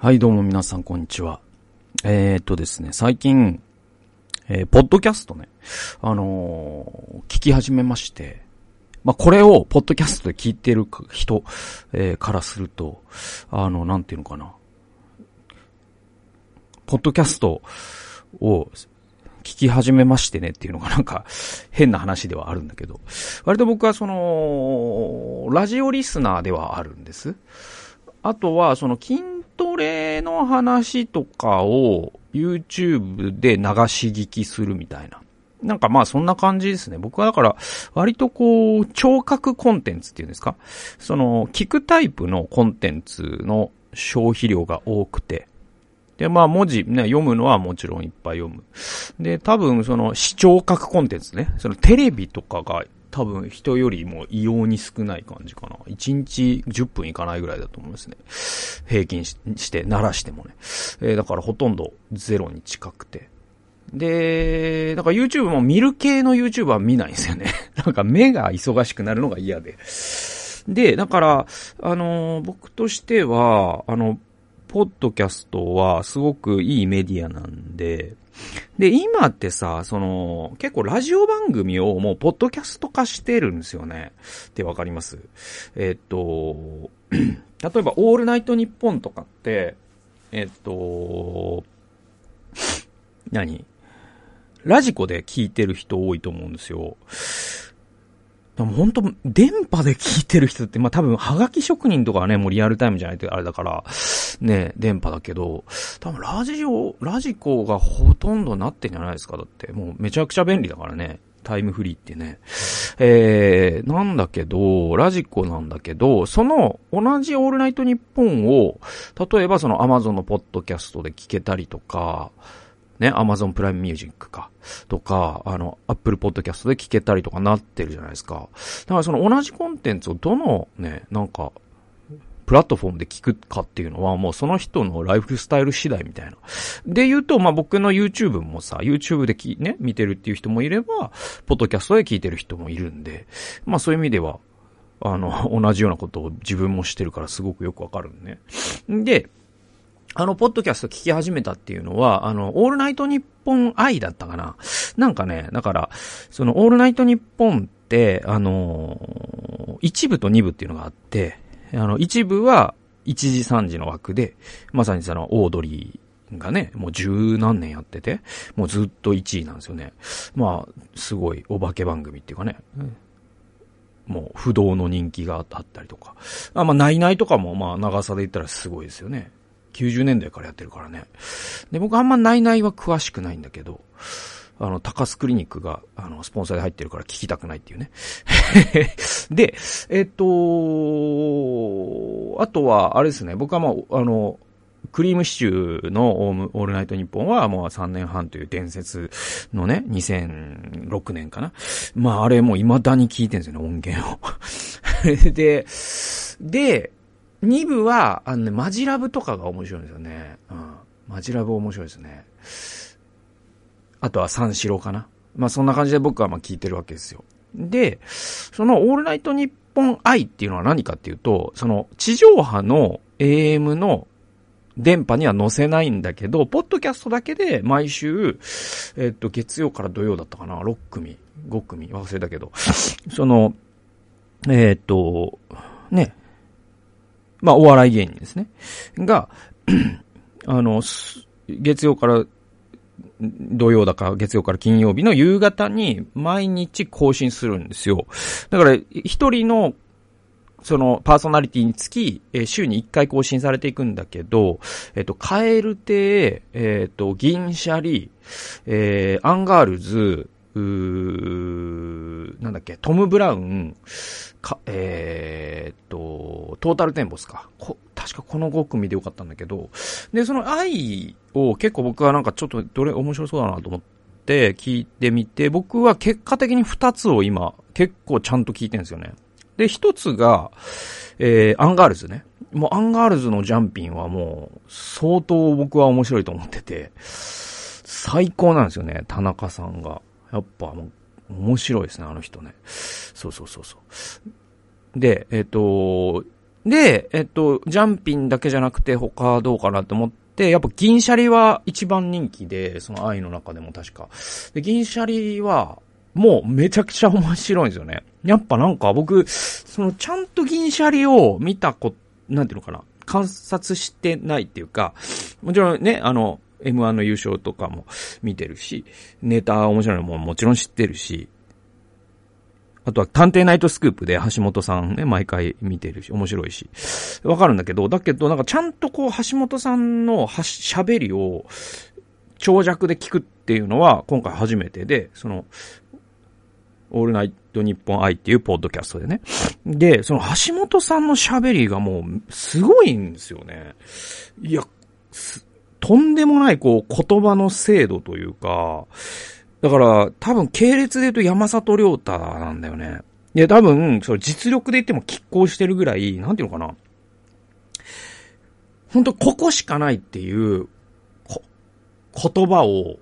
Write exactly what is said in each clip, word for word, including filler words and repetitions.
はい、どうも皆さんこんにちは。えー、っとですね、最近、えー、ポッドキャストね、あのー、聞き始めまして、まあ、これをポッドキャストで聞いてる人、えー、からすると、あの、なんていうのかな。ポッドキャストを聞き始めましてねっていうのがなんか変な話ではあるんだけど、割と僕はその、ラジオリスナーではあるんです。あとは、その筋トレの話とかを YouTube で流し聞きするみたいな。なんかまあそんな感じですね。僕はだから割とこう聴覚コンテンツっていうんですか、その聞くタイプのコンテンツの消費量が多くて、でまあ文字ね読むのはもちろんいっぱい読む。で多分その視聴覚コンテンツね、そのテレビとかが多分人よりも異様に少ない感じかな。いちにちじゅっぷんいかないぐらいだと思いますね。平均しして鳴らしてもね、えー、だからほとんどゼロに近くて。で、だから YouTube も見る系の YouTube は見ないんですよね。なんか目が忙しくなるのが嫌で。で、だから、あのー、僕としては、あの、ポッドキャストはすごくいいメディアなんで、で、今ってさ、その、結構ラジオ番組をもうポッドキャスト化してるんですよね。ってわかります？えっと、例えばオールナイトニッポンとかって、えっと、何？ラジコで聞いてる人多いと思うんですよ。でも本当電波で聞いてる人って、まあ多分、はがき職人とかはね、もうリアルタイムじゃないとあれだから、ね、電波だけど、多分ラジオ、ラジコがほとんどなってんじゃないですか。だって、もうめちゃくちゃ便利だからね。タイムフリーってね。えー、なんだけど、ラジコなんだけど、その、同じオールナイトニッポンを、例えばその Amazon のポッドキャストで聞けたりとか、ね、Amazon プライムミュージックか。とか、あの、Apple Podcast で聞けたりとかなってるじゃないですか。だからその同じコンテンツをどのね、なんか、プラットフォームで聞くかっていうのはもうその人のライフスタイル次第みたいな。で言うと、まあ僕の YouTube もさ、YouTube でき、ね、見てるっていう人もいれば、ポッドキャストで聞いてる人もいるんで、まあそういう意味では、あの、同じようなことを自分もしてるからすごくよくわかるんね。で、あの、ポッドキャスト聞き始めたっていうのは、あの、オールナイトニッポン愛だったかな。なんかね、だから、その、オールナイトニッポンって、あの、一部と二部っていうのがあって、あの、一部は一時三時の枠で、まさにその、オードリーがね、もう十何年やってて、もうずっと一位なんですよね。まあ、すごいお化け番組っていうかね。もう不動の人気があったりとか。あまあ、ナイナイとかも、まあ、長さで言ったらすごいですよね。きゅうじゅうねんだいからやってるからね。で、僕あんまナイナイは詳しくないんだけど、あの、高須クリニックが、あの、スポンサーで入ってるから聞きたくないっていうね。で、えっと、あとは、あれですね、僕はまあ、あの、クリームシチューのオールナイトニッポンはもうさんねんはんという伝説のね、にせんろくねんかな。まあ、あれもう未だに聞いてるんですよね、音源を。で、で、に部は、あのね、マジラブとかが面白いんですよね。うん。マジラブ面白いですね。あとは三四郎かな。まあそんな感じで僕はまあ聞いてるわけですよ。で、そのオールナイトニッポン愛っていうのは何かっていうと、その地上波の エーエム の電波には載せないんだけど、ポッドキャストだけで毎週、えっと、月曜から土曜だったかな、ろっくみ、ごくみ、忘れたけど、その、えっと、ね、まあ、お笑い芸人ですね。が、あの、月曜から土曜だか月曜から金曜日の夕方に毎日更新するんですよ。だから、一人の、その、パーソナリティにつき、えー、週にいっかい更新されていくんだけど、えっと、カエル亭、えっと、銀シャリ、えー、アンガールズ、うー、なんだっけ、トム・ブラウン、か、えー、っと、トータルテンボスか。こ、確かこのごくみでよかったんだけど、で、その愛を結構僕はなんかちょっとどれ面白そうだなと思って聞いてみて、僕は結果的にふたつを今結構ちゃんと聞いてるんですよね。で、ひとつが、えー、アンガールズね。もうアンガールズのジャンピンはもう相当僕は面白いと思ってて、最高なんですよね、田中さんが。やっぱもう面白いですね、あの人ね。そうそうそうそう。で、えっと、 で、えっと、ジャンピンだけじゃなくて他はどうかなと思って、やっぱ銀シャリは一番人気で、その愛の中でも確か。で、銀シャリは、もうめちゃくちゃ面白いんですよね。やっぱなんか僕、そのちゃんと銀シャリを見たこ、なんていうのかな、観察してないっていうか、もちろんね、あの、エムワン の優勝とかも見てるし、ネタ面白いのももちろん知ってるし、あとは探偵ナイトスクープで橋本さんね、毎回見てるし、面白いし、わかるんだけど、だけどなんかちゃんとこう橋本さんのは喋りを長尺で聞くっていうのは今回初めてで、その、オールナイトニッポン愛っていうポッドキャストでね。で、その橋本さんの喋りがもうすごいんですよね。いや、とんでもないこう言葉の精度というか、だから、多分、系列で言うと山里亮太なんだよね。いや、多分、それ実力で言っても拮抗してるぐらい、なんていうのかな。本当ここしかないっていう、こ、言葉を、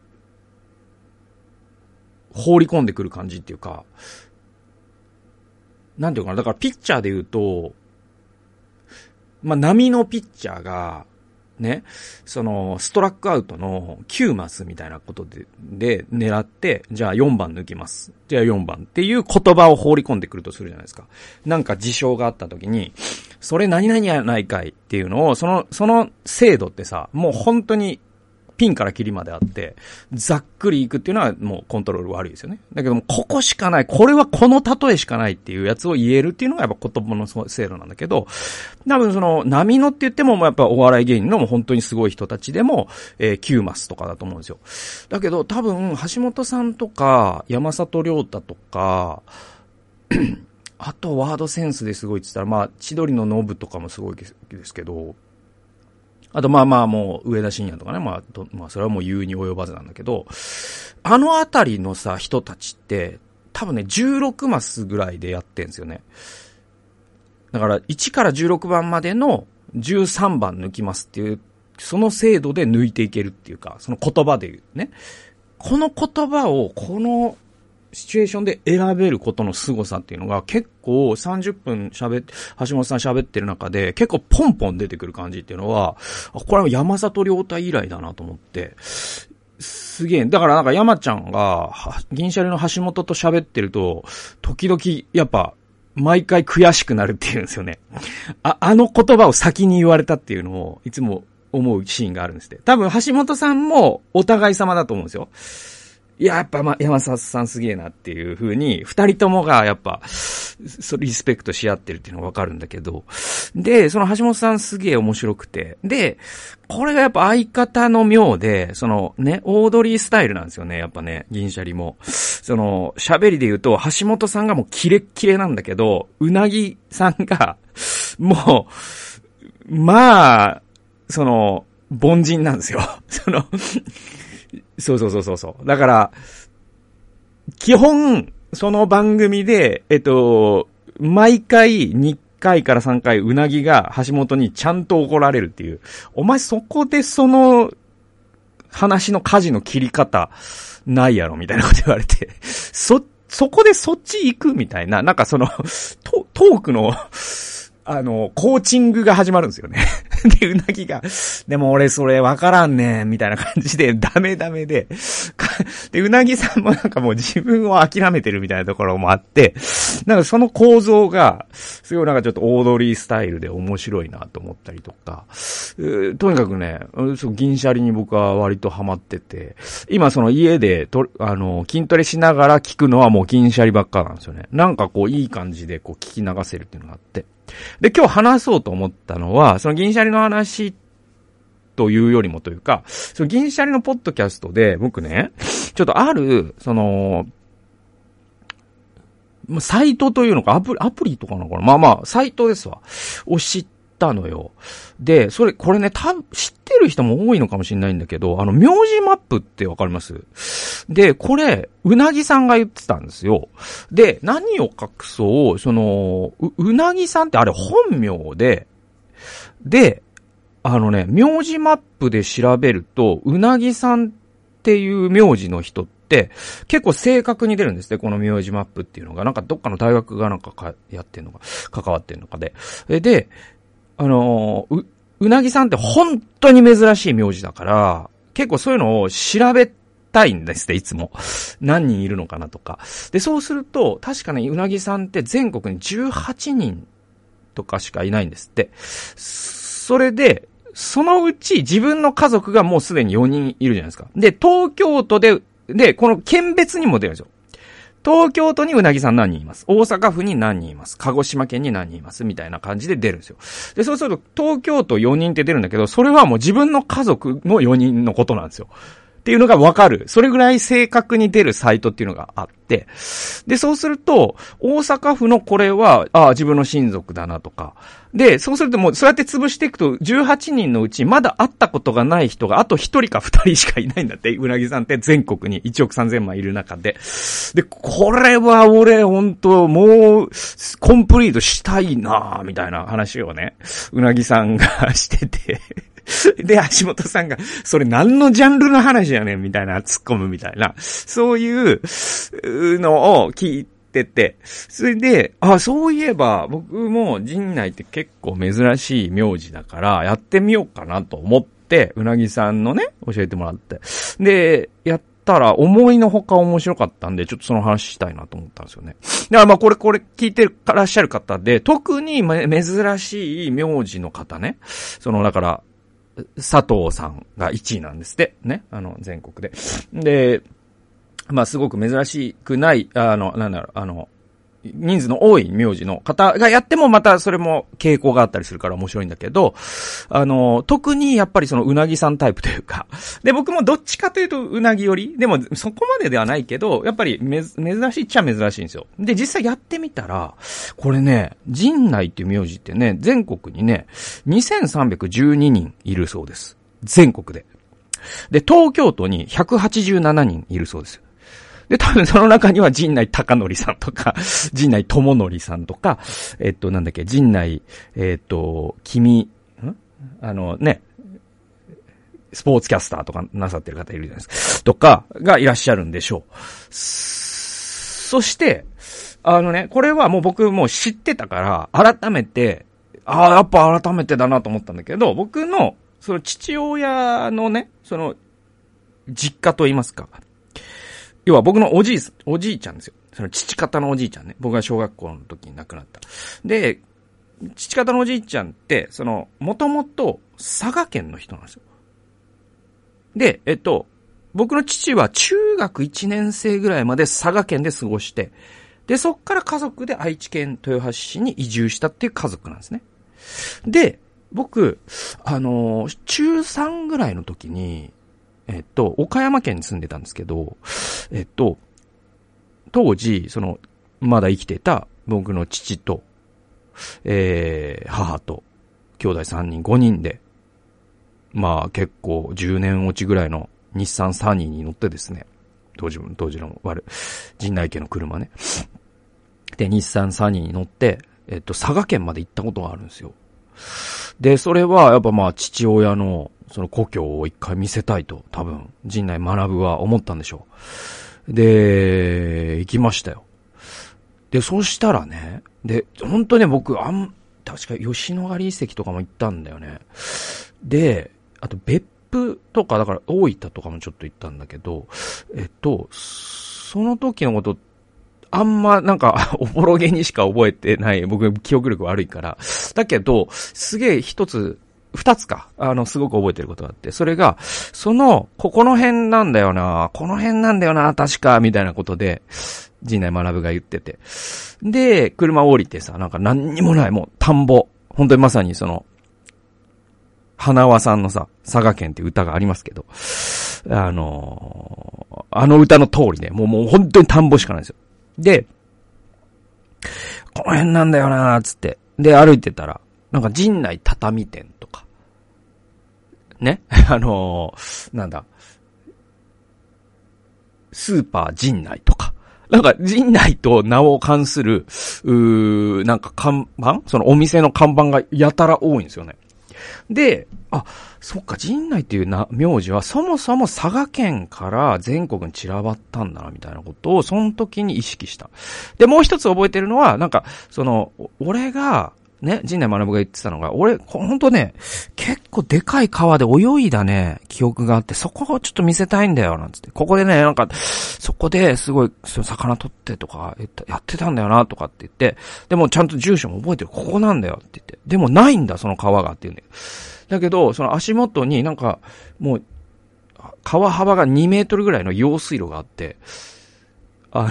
放り込んでくる感じっていうか、なんていうのかな。だから、ピッチャーで言うと、まあ、波のピッチャーが、ね、その、ストラックアウトのきゅうマスみたいなことで、で、狙って、じゃあよんばん抜きます。じゃあよんばんっていう言葉を放り込んでくるとするじゃないですか。なんか事象があった時に、それ何々やないかいっていうのを、その、その精度ってさ、もう本当に、ピンからキリまであって、ざっくりいくっていうのはもうコントロール悪いですよね。だけども、ここしかない、これはこの例えしかないっていうやつを言えるっていうのがやっぱ言葉の精度なんだけど、多分その、波のって言ってもやっぱお笑い芸人のも本当にすごい人たちでも、えー、きゅうマスとかだと思うんですよ。だけど多分、橋本さんとか、山里亮太とか、あとワードセンスですごいって言ったら、まあ、千鳥のノブとかもすごいですけど、あと、まあまあもう、上田晋也とかね、まあ、とまあ、それはもう言うに及ばずなんだけど、あのあたりのさ、人たちって、多分ね、じゅうろくマスぐらいでやってんですよね。だから、いちからじゅうろくばんまでのじゅうさんばん抜きますっていう、その精度で抜いていけるっていうか、その言葉で言うね。この言葉を、この、シチュエーションで選べることの凄さっていうのが結構さんじゅっぷん喋って、橋本さん喋ってる中で結構ポンポン出てくる感じっていうのは、これは山里亮太以来だなと思って、すげえ。だからなんか山ちゃんが、銀シャリの橋本と喋ってると、時々やっぱ、毎回悔しくなるっていうんですよね。あ、あの言葉を先に言われたっていうのをいつも思うシーンがあるんですって。多分橋本さんもお互い様だと思うんですよ。いや、やっぱ、ま、山里さんすげえなっていう風に、二人ともがやっぱ、そリスペクトし合ってるっていうのがわかるんだけど、で、その橋本さんすげえ面白くて、で、これがやっぱ相方の妙で、そのね、オードリースタイルなんですよね、やっぱね、銀シャリも。その、喋りで言うと、橋本さんがもうキレッキレなんだけど、うなぎさんが、もう、まあ、その、凡人なんですよ。その、そうそうそうそうそう。だから、基本、その番組で、えっと、毎回にかいからさんかいうなぎが橋本にちゃんと怒られるっていう。お前そこでその話の舵の切り方ないやろみたいなこと言われて。そ、そこでそっち行くみたいな。なんかその、ト, トークの、あの、コーチングが始まるんですよね。で、うなぎが、でも俺それわからんねん、みたいな感じで、ダメダメで、で、うなぎさんもなんかもう自分を諦めてるみたいなところもあって、なんかその構造が、すごいなんかちょっとオードリースタイルで面白いなと思ったりとか、とにかくね、銀シャリに僕は割とハマってて、今その家でと、あの、筋トレしながら聞くのはもう銀シャリばっかなんですよね。なんかこういい感じでこう聞き流せるっていうのがあって。で、今日話そうと思ったのは、その銀シャリの話というよりもというか、その銀シャリのポッドキャストで僕ね、ちょっとある、その、サイトというのか、アプリ、アプリとかなのかな、まあまあ、サイトですわ。を知ったのよ。で、それ、これね、多分知ってる人も多いのかもしれないんだけど、あの、名字マップってわかります？で、これ、うなぎさんが言ってたんですよ。で、何を隠そう、その、う、うなぎさんってあれ本名で、で、あのね、名字マップで調べると、うなぎさんっていう名字の人って、 、結構正確に出るんですね、この名字マップっていうのが。なんかどっかの大学がなんかかやってんのか、関わってんのかで。で、あのー、う、うなぎさんって本当に珍しい名字だから、結構そういうのを調べたいんですって、いつも。何人いるのかなとか。で、そうすると、確かにうなぎさんって全国にじゅうはちにんとかしかいないんですって。それで、そのうち自分の家族がもうすでによにんいるじゃないですか。で、東京都で、で、この県別にも出るんですよ。東京都にうなぎさん何人います。大阪府に何人います。鹿児島県に何人います。みたいな感じで出るんですよ。で、そうすると東京都よにんって出るんだけど、それはもう自分の家族のよにんのことなんですよ。っていうのがわかる。それぐらい正確に出るサイトっていうのがあって。で、そうすると、大阪府のこれは、ああ、自分の親族だなとか。で、そうするともう、そうやって潰していくと、じゅうはちにんのうち、まだ会ったことがない人が、あとひとりかふたりしかいないんだって、うなぎさんって全国にいちおくさんぜんまんいる中で。で、これは俺、ほんと、もう、コンプリートしたいなぁ、みたいな話をね、うなぎさんがしてて。で、橋本さんが、それ何のジャンルの話やねんみたいな、突っ込むみたいな、そういうのを聞いてて、それで、あ、そういえば、僕も陣内って結構珍しい名字だから、やってみようかなと思って、うなぎさんのね、教えてもらって。で、やったら、思いのほか面白かったんで、ちょっとその話したいなと思ったんですよね。だからまあ、これ、これ聞いてらっしゃる方で、特に珍しい名字の方ね、その、だから、佐藤さんがいちいなんですって。ね。あの、全国で。で、まあ、すごく珍しくない、あの、なんだろう、あの、人数の多い名字の方がやってもまたそれも傾向があったりするから面白いんだけど、あの、特にやっぱりそのうなぎさんタイプというか、で、僕もどっちかというとうなぎより、でもそこまでではないけど、やっぱりめず、珍しいっちゃ珍しいんですよ。で、実際やってみたら、これね、陣内っていう名字ってね、全国にね、にせんさんびゃくじゅうににんいるそうです。全国で。で、東京都にひゃくはちじゅうななにんいるそうです。で、多分その中には陣内隆則さんとか、陣内智則さんとか、えっと、なんだっけ、陣内、えっと、君、んあのね、スポーツキャスターとかなさってる方いるじゃないですか。とか、がいらっしゃるんでしょう。そして、あのね、これはもう僕もう知ってたから、改めて、ああ、やっぱ改めてだなと思ったんだけど、僕の、その父親のね、その、実家と言いますか、要は僕のおじい、おじいちゃんですよ。その父方のおじいちゃんね。僕が小学校の時に亡くなった。で、父方のおじいちゃんって、その、もともと佐賀県の人なんですよ。で、えっと、僕の父は中学いちねん生ぐらいまで佐賀県で過ごして、で、そっから家族で愛知県豊橋市に移住したっていう家族なんですね。で、僕、あの、中さんぐらいの時に、えっと、岡山県に住んでたんですけど、えっと、当時、その、まだ生きてた僕の父と、えー、母と、兄弟さんにん、ごにんで、まあ結構じゅうねん落ちぐらいの日産サニーに乗ってですね、当時、当時の悪、陣内家の車ね。で、日産サニーに乗って、えっと、佐賀県まで行ったことがあるんですよ。で、それはやっぱまあ父親のその故郷を一回見せたいと多分陣内学は思ったんでしょう。で、行きましたよ。で、そうしたらね、で、本当にね僕あん確か吉野ヶ里遺跡とかも行ったんだよね。で、あと別府とかだから大分とかもちょっと行ったんだけど、えっとその時のことあんまなんかおぼろげにしか覚えてない。僕記憶力悪いから。だけどすげえ一つ二つかあのすごく覚えてることがあって、それがそのここの辺なんだよな、この辺なんだよな確かみたいなことで陣内学が言ってて、で車降りてさ、なんか何にもないもう田んぼ、本当にまさにその花輪さんのさ佐賀県っていう歌がありますけど、あのー、あの歌の通りね、もうもう本当に田んぼしかないんですよ。で、この辺なんだよなーつって。で、歩いてたら、なんか陣内畳店とか、ね、あのー、なんだ、スーパー陣内とか、なんか陣内と名を冠する、うー、なんか看板？そのお店の看板がやたら多いんですよね。で、 あ、そっか、陣内っていうな、名字はそもそも佐賀県から全国に散らばったんだな、みたいなことを、その時に意識した。で、もう一つ覚えてるのは、なんか、その、俺が、ね、陣内学が言ってたのが、俺、ほんとね、結構でかい川で泳いだね、記憶があって、そこをちょっと見せたいんだよ、なんつって。ここでね、なんか、そこですごい、その魚取ってとか、やってたんだよな、とかって言って、でもちゃんと住所も覚えてる、ここなんだよって言って。でもないんだ、その川がって言うんだよ。だけど、その足元になんか、もう、川幅がにメートルぐらいの用水路があって、あの、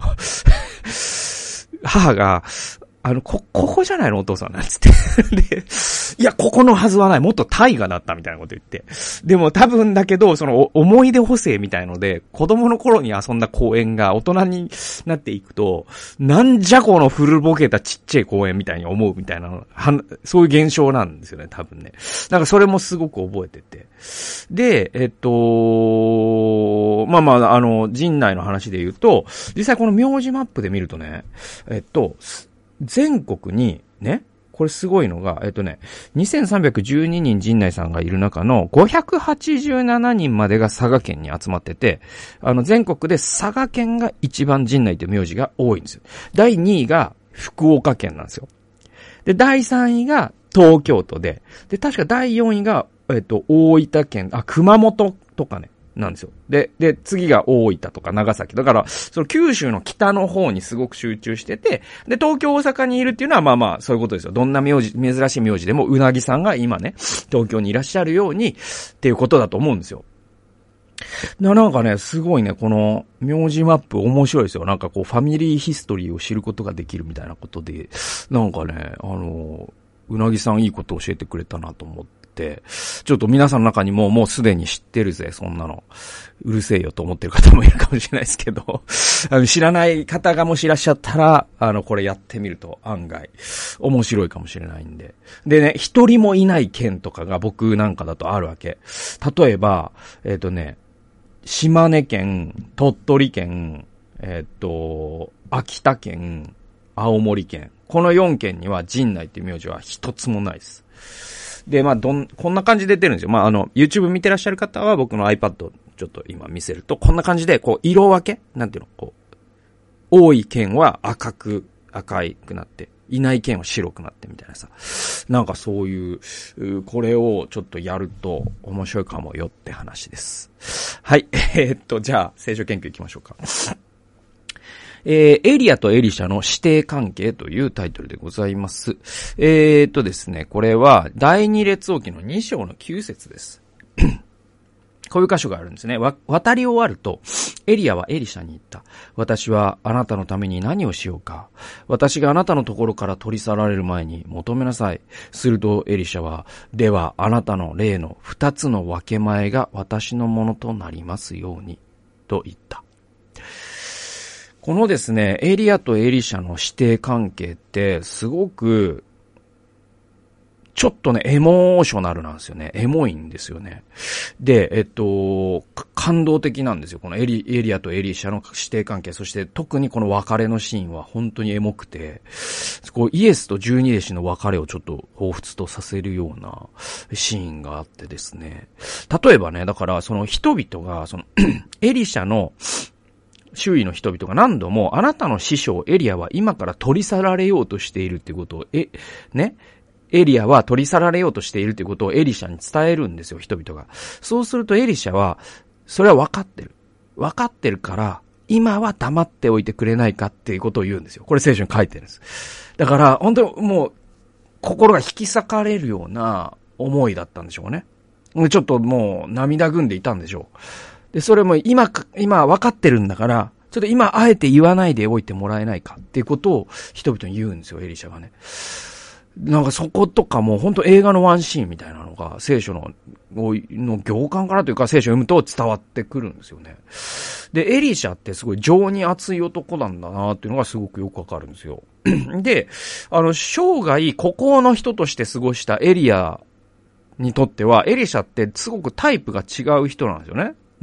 母が、あの、こ、ここじゃないのお父さんなんつって。で、いや、ここのはずはない。もっと大河だったみたいなこと言って。でも多分だけど、その思い出補正みたいので、子供の頃に遊んだ公園が大人になっていくと、なんじゃこの古ぼけたちっちゃい公園みたいに思うみたいな、はそういう現象なんですよね、多分ね。だからそれもすごく覚えてて。で、えっと、まあまあ、あの、陣内の話で言うと、実際この名字マップで見るとね、えっと、全国にね、これすごいのが、えっとね、にせんさんびゃくじゅうににん陣内さんがいる中のごひゃくはちじゅうななにんまでが佐賀県に集まってて、あの全国で佐賀県が一番陣内という名字が多いんですよ。だいにいが福岡県なんですよ。で、だいさんいが東京都で、で、確かだいよんいが、えっと、大分県、あ、熊本とかね。なんですよ。で、で、次が大分とか長崎。だから、その九州の北の方にすごく集中してて、で、東京、大阪にいるっていうのはまあまあ、そういうことですよ。どんな名字、珍しい名字でも、うなぎさんが今ね、東京にいらっしゃるように、っていうことだと思うんですよ。なんかね、すごいね、この、名字マップ面白いですよ。なんかこう、ファミリーヒストリーを知ることができるみたいなことで、なんかね、あの、うなぎさんいいこと教えてくれたなと思って、ちょっと皆さんの中にももうすでに知ってるぜ、そんなの。うるせえよと思ってる方もいるかもしれないですけど、あの知らない方がもしいらっしゃったら、あの、これやってみると案外面白いかもしれないんで。でね、一人もいない県とかが僕なんかだとあるわけ。例えば、えっとね、島根県、鳥取県、えっと、秋田県、青森県。このよん県には陣内っていう名字は一つもないです。で、まあ、どん、こんな感じで出るんですよ。まあ、あの、YouTube 見てらっしゃる方は僕の iPad ちょっと今見せると、こんな感じで、こう、色分けなんていうのこう、多い県は赤く、赤いくなって、いない県は白くなってみたいなさ。なんかそういう、これをちょっとやると面白いかもよって話です。はい。えー、っと、じゃあ、聖書研究行きましょうか。えー、エリアとエリシャの師弟関係というタイトルでございます。えーとですね、これは第二列王記のに章のきゅう節です。こういう箇所があるんですね。わ、渡り終わると、エリアはエリシャに言った。私はあなたのために何をしようか。私があなたのところから取り去られる前に求めなさい。するとエリシャは、ではあなたの例の二つの分け前が私のものとなりますように。と言った。このですね、エリアとエリシャの師弟関係って、すごく、ちょっとね、エモーショナルなんですよね。エモいんですよね。で、えっと、感動的なんですよ。このエリ、エリアとエリシャの師弟関係、そして特にこの別れのシーンは本当にエモくて、こうイエスと十二弟子の別れをちょっと彷彿とさせるようなシーンがあってですね。例えばね、だからその人々が、その、エリシャの、周囲の人々が何度もあなたの師匠エリアは今から取り去られようとしているっていうことを、え、ね、エリアは取り去られようとしているっていうことをエリシャに伝えるんですよ、人々が。そうするとエリシャは、それは分かってる。分かってるから、今は黙っておいてくれないかっていうことを言うんですよ。これ聖書に書いてるんです。だから、本当にもう、心が引き裂かれるような思いだったんでしょうね。ちょっともう涙ぐんでいたんでしょう。で、それも今、今分かってるんだから、ちょっと今あえて言わないでおいてもらえないかっていうことを人々に言うんですよ、エリシャがね。なんかそことかも本当映画のワンシーンみたいなのが聖書の、の行間からというか聖書を読むと伝わってくるんですよね。で、エリシャってすごい情に熱い男なんだなっていうのがすごくよくわかるんですよ。で、あの、生涯孤高の人として過ごしたエリアにとっては、エリシャってすごくタイプが違う人なんですよね。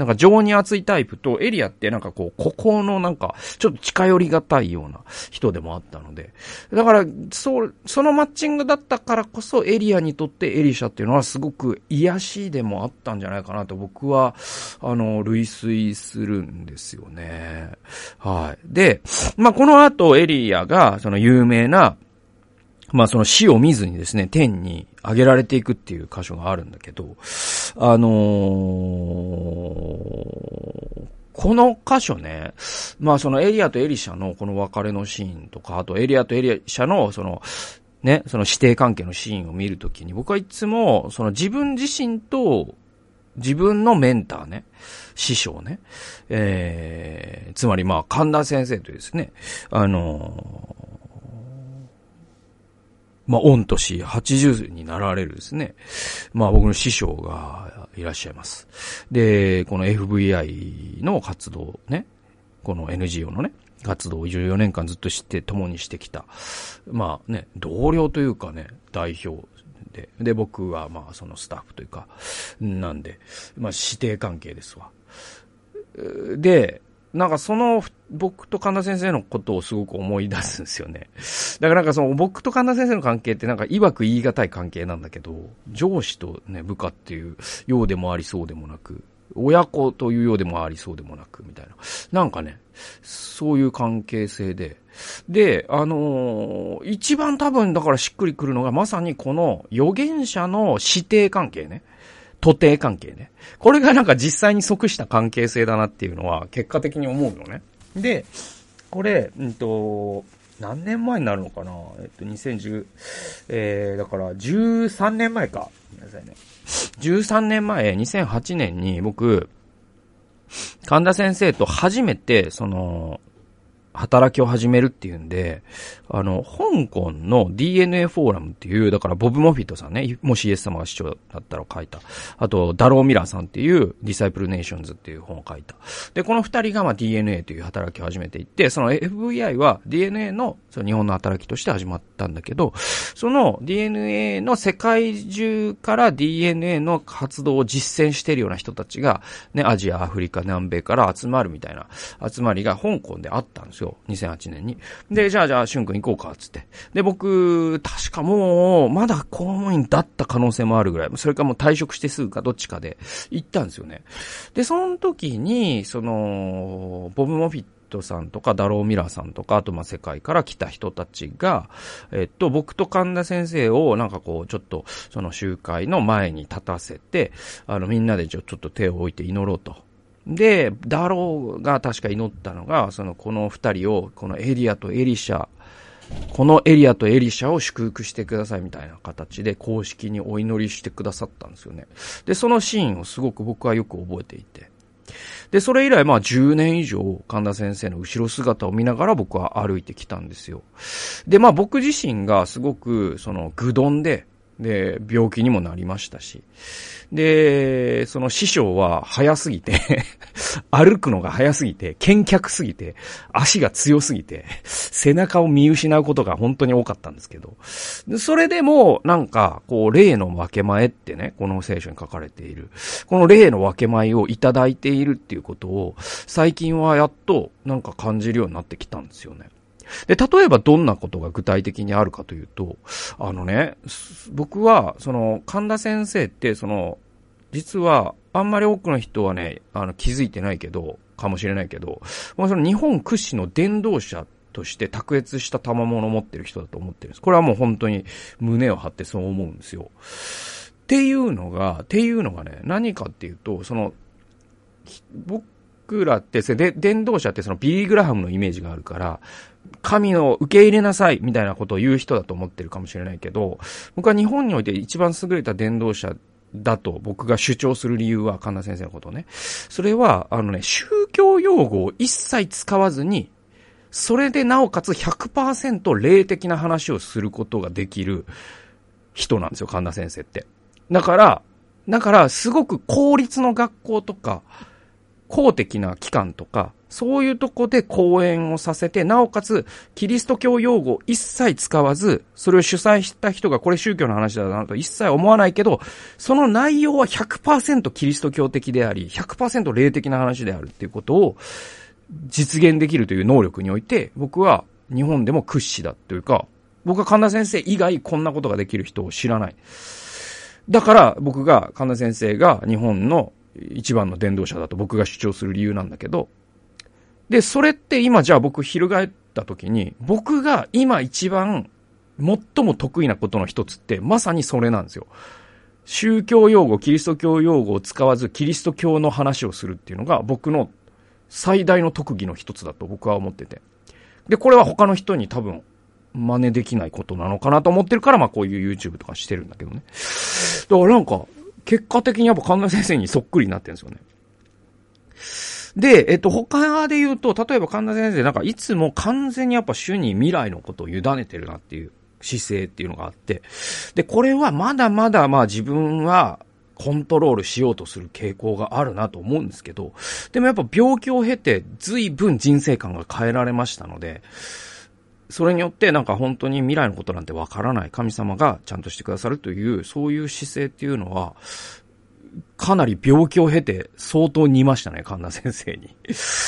なんか情に熱いタイプと、エリアってなんかこう、孤高のなんか、ちょっと近寄りがたいような人でもあったので。だから、そう、そのマッチングだったからこそ、エリアにとってエリシャっていうのはすごく癒しでもあったんじゃないかなと僕は、あの、類推するんですよね。はい。で、まあ、この後、エリアが、その有名な、まあその死を見ずにですね、天に上げられていくっていう箇所があるんだけど、あのー、この箇所ね、まあそのエリアとエリシャのこの別れのシーンとか、あとエリアとエリシャのその、ね、その師弟関係のシーンを見るときに、僕はいつもその自分自身と自分のメンターね、師匠ね、えー、つまりまあ神田先生とですね、あのー、まあ、御年はちじゅうになられるですね。まあ、僕の師匠がいらっしゃいます。で、この エフブイアイ の活動ね、この エヌジーオー のね、活動をじゅうよねんかんずっと知って共にしてきた。まあね、同僚というかね、代表で。で、僕はまあ、そのスタッフというか、なんで、まあ、師弟関係ですわ。で、なんかその、僕と神田先生のことをすごく思い出すんですよね。だからなんかその僕と神田先生の関係ってなんか曰く言い難い関係なんだけど、上司とね、部下っていうようでもありそうでもなく、親子というようでもありそうでもなく、みたいな。なんかね、そういう関係性で。で、あのー、一番多分だからしっくりくるのがまさにこの預言者の師弟関係ね。徒弟関係ね。これがなんか実際に即した関係性だなっていうのは結果的に思うのね。で、これ、うんと、何年前になるのかなえっと、にせんじゅう、えー、だからじゅうさんねんまえか。ごめんなさいね。じゅうさんねんまえ、にせんはちねんに僕、神田先生と初めて、その、働きを始めるっていうんで、あの、香港の ディーエヌエー フォーラムっていう、だからボブ・モフィットさんね、もしイエス様が市長だったら書いた。あと、ダロー・ミラーさんっていうディサイプル・ネーションズっていう本を書いた。で、この二人がまあ ディーエヌエー という働きを始めていって、その エフブイアイ は ディーエヌエー のその日本の働きとして始まったんだけど、その ディーエヌエー の世界中から ディーエヌエー の活動を実践しているような人たちが、ね、アジア、アフリカ、南米から集まるみたいな集まりが香港であったんですよ。にせんはちねんに。で、じゃあじゃあ、しゅんくん行こうか、つって。で、僕、確かもう、まだ公務員だった可能性もあるぐらい、それかもう退職してすぐかどっちかで行ったんですよね。で、その時に、その、ボブ・モフィットさんとか、ダロー・ミラーさんとか、あとまあ世界から来た人たちが、えっと、僕と神田先生をなんかこう、ちょっと、その集会の前に立たせて、あの、みんなでちょっと手を置いて祈ろうと。で、ダローが確か祈ったのが、その、この二人を、このエリアとエリシャ、このエリアとエリシャを祝福してくださいみたいな形で公式にお祈りしてくださったんですよね。で、そのシーンをすごく僕はよく覚えていて。で、それ以来まあじゅうねん以上神田先生の後ろ姿を見ながら僕は歩いてきたんですよ。で、まあ僕自身がすごくその愚鈍で、で、病気にもなりましたし。で、その師匠は早すぎて、歩くのが早すぎて、健脚すぎて、足が強すぎて、背中を見失うことが本当に多かったんですけど。それでも、なんか、こう、霊の分け前ってね、この聖書に書かれている。この霊の分け前をいただいているっていうことを、最近はやっと、なんか感じるようになってきたんですよね。で、例えばどんなことが具体的にあるかというと、あのね、僕は、その、神田先生って、その、実は、あんまり多くの人はね、あの、気づいてないけど、かもしれないけど、もうその日本屈指の伝道者として卓越した賜物を持ってる人だと思ってるんです。これはもう本当に胸を張ってそう思うんですよ。っていうのが、っていうのがね、何かっていうと、その、僕らって、で、伝道者ってそのビリー・グラハムのイメージがあるから、神を受け入れなさいみたいなことを言う人だと思ってるかもしれないけど、僕は日本において一番優れた伝道者だと僕が主張する理由は神田先生のことをね。それは、あのね、宗教用語を一切使わずに、それでなおかつ ひゃくパーセント 霊的な話をすることができる人なんですよ、神田先生って。だから、だからすごく公立の学校とか、公的な機関とか、 そういうとこで講演をさせて、なおかつ、キリスト教用語を一切使わず、それを主催した人がこれ宗教の話だなと一切思わないけど、その内容は ひゃくパーセント キリスト教的であり、ひゃくパーセント 霊的な話であるっていうことを実現できるという能力において、僕は日本でも屈指だというか、僕は神田先生以外こんなことができる人を知らない。だから僕が神田先生が日本の一番の伝道者だと僕が主張する理由なんだけど、で、それって今じゃあ僕翻った時に、僕が今一番最も得意なことの一つってまさにそれなんですよ。宗教用語、キリスト教用語を使わずキリスト教の話をするっていうのが僕の最大の特技の一つだと僕は思ってて。で、これは他の人に多分真似できないことなのかなと思ってるから、まあこういう YouTube とかしてるんだけどね。だからなんか、結果的にやっぱ神田先生にそっくりになってるんですよね。で、えっと、他で言うと、例えば神田先生、なんかいつも完全にやっぱ主に未来のことを委ねてるなっていう姿勢っていうのがあって、で、これはまだまだまあ自分はコントロールしようとする傾向があるなと思うんですけど、でもやっぱ病気を経て随分人生観が変えられましたので、それによってなんか本当に未来のことなんてわからない神様がちゃんとしてくださるという、そういう姿勢っていうのは、かなり病気を経て相当似ましたね、神田先生に。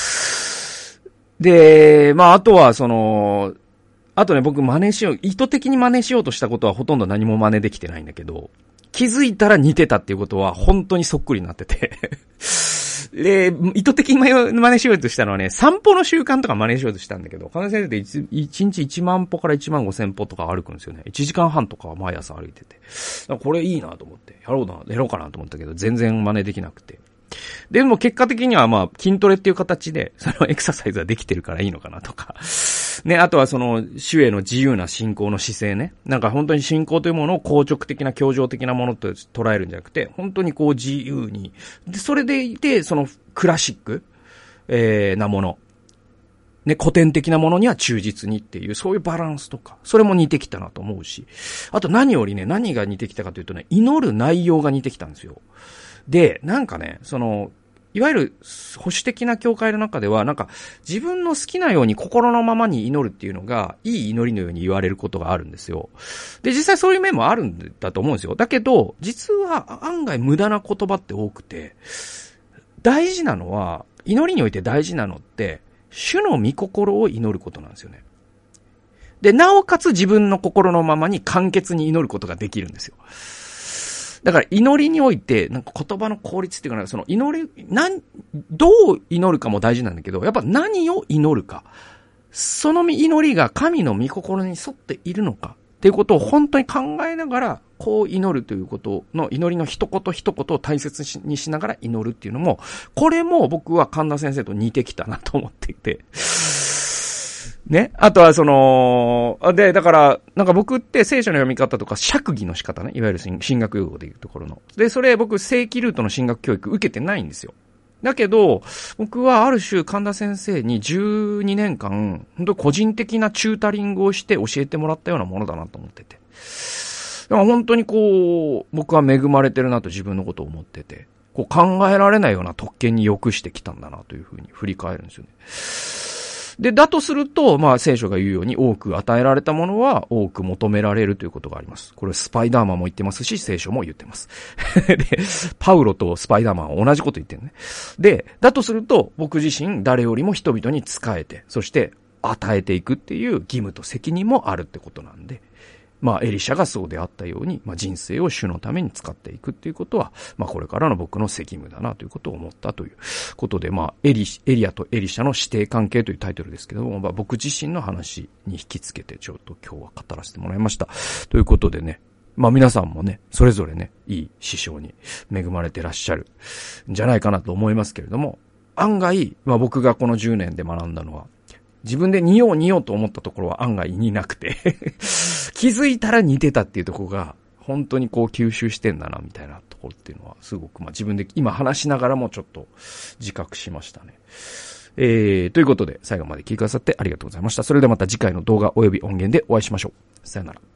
で、まああとはその、あとね僕真似しよう、意図的に真似しようとしたことはほとんど何も真似できてないんだけど、気づいたら似てたっていうことは本当にそっくりになってて。で、意図的に真似しようとしたのはね、散歩の習慣とか真似しようとしたんだけど、神田先生っていちにちいちまん歩からいちまんごせん歩とか歩くんですよね。いちじかんはんとかは毎朝歩いてて。これいいなと思って、やろうな、やろうかなと思ったけど、全然真似できなくて。でも結果的にはまあ筋トレっていう形でそのエクササイズはできてるからいいのかなとかね、あとはその主への自由な信仰の姿勢ね、なんか本当に信仰というものを硬直的な教条的なものと捉えるんじゃなくて、本当にこう自由にで、それでいてそのクラシック、えー、なものね、古典的なものには忠実にっていう、そういうバランスとか、それも似てきたなと思うし、あと何よりね、何が似てきたかというとね、祈る内容が似てきたんですよ。で、なんかね、その、いわゆる保守的な教会の中では、なんか自分の好きなように心のままに祈るっていうのが、いい祈りのように言われることがあるんですよ。で、実際そういう面もあるんだと思うんですよ。だけど、実は案外無駄な言葉って多くて、大事なのは、祈りにおいて大事なのって、主の御心を祈ることなんですよね。で、なおかつ自分の心のままに簡潔に祈ることができるんですよ。だから祈りにおいて、なんか言葉の効率っていうか、その祈り、なん、どう祈るかも大事なんだけど、やっぱ何を祈るか。その祈りが神の御心に沿っているのかっていうことを本当に考えながら、こう祈るということの祈りの一言一言を大切にしながら祈るっていうのも、これも僕は神田先生と似てきたなと思っていて。ね。あとはその、で、だから、なんか僕って聖書の読み方とか釈義の仕方ね。いわゆる進学用語でいうところの。で、それ僕正規ルートの進学教育受けてないんですよ。だけど、僕はある種神田先生にじゅうにねんかん、本当個人的なチュータリングをして教えてもらったようなものだなと思ってて。だから本当にこう、僕は恵まれてるなと自分のことを思ってて、こう考えられないような特権に良してきたんだなというふうに振り返るんですよね。で、だとすると、まあ聖書が言うように多く与えられたものは多く求められるということがあります。これスパイダーマンも言ってますし、聖書も言ってます。で、パウロとスパイダーマンは同じこと言ってるね。で、だとすると僕自身誰よりも人々に仕えて、そして与えていくっていう義務と責任もあるってことなんで、まあエリシャがそうであったように、まあ人生を主のために使っていくっていうことは、まあこれからの僕の責務だなということを思ったということで、まあエリ、エリアとエリシャの師弟関係というタイトルですけども、まあ僕自身の話に引きつけてちょっと今日は語らせてもらいました。ということでね、まあ皆さんもね、それぞれね、いい師匠に恵まれてらっしゃるんじゃないかなと思いますけれども、案外、まあ僕がこのじゅうねんで学んだのは、自分で似よう似ようと思ったところは案外似なくて気づいたら似てたっていうところが本当にこう吸収してんだなみたいなところっていうのはすごくまあ自分で今話しながらもちょっと自覚しましたね。えー、ということで最後まで聞いてくださってありがとうございました。それではまた次回の動画および音源でお会いしましょう。さよなら。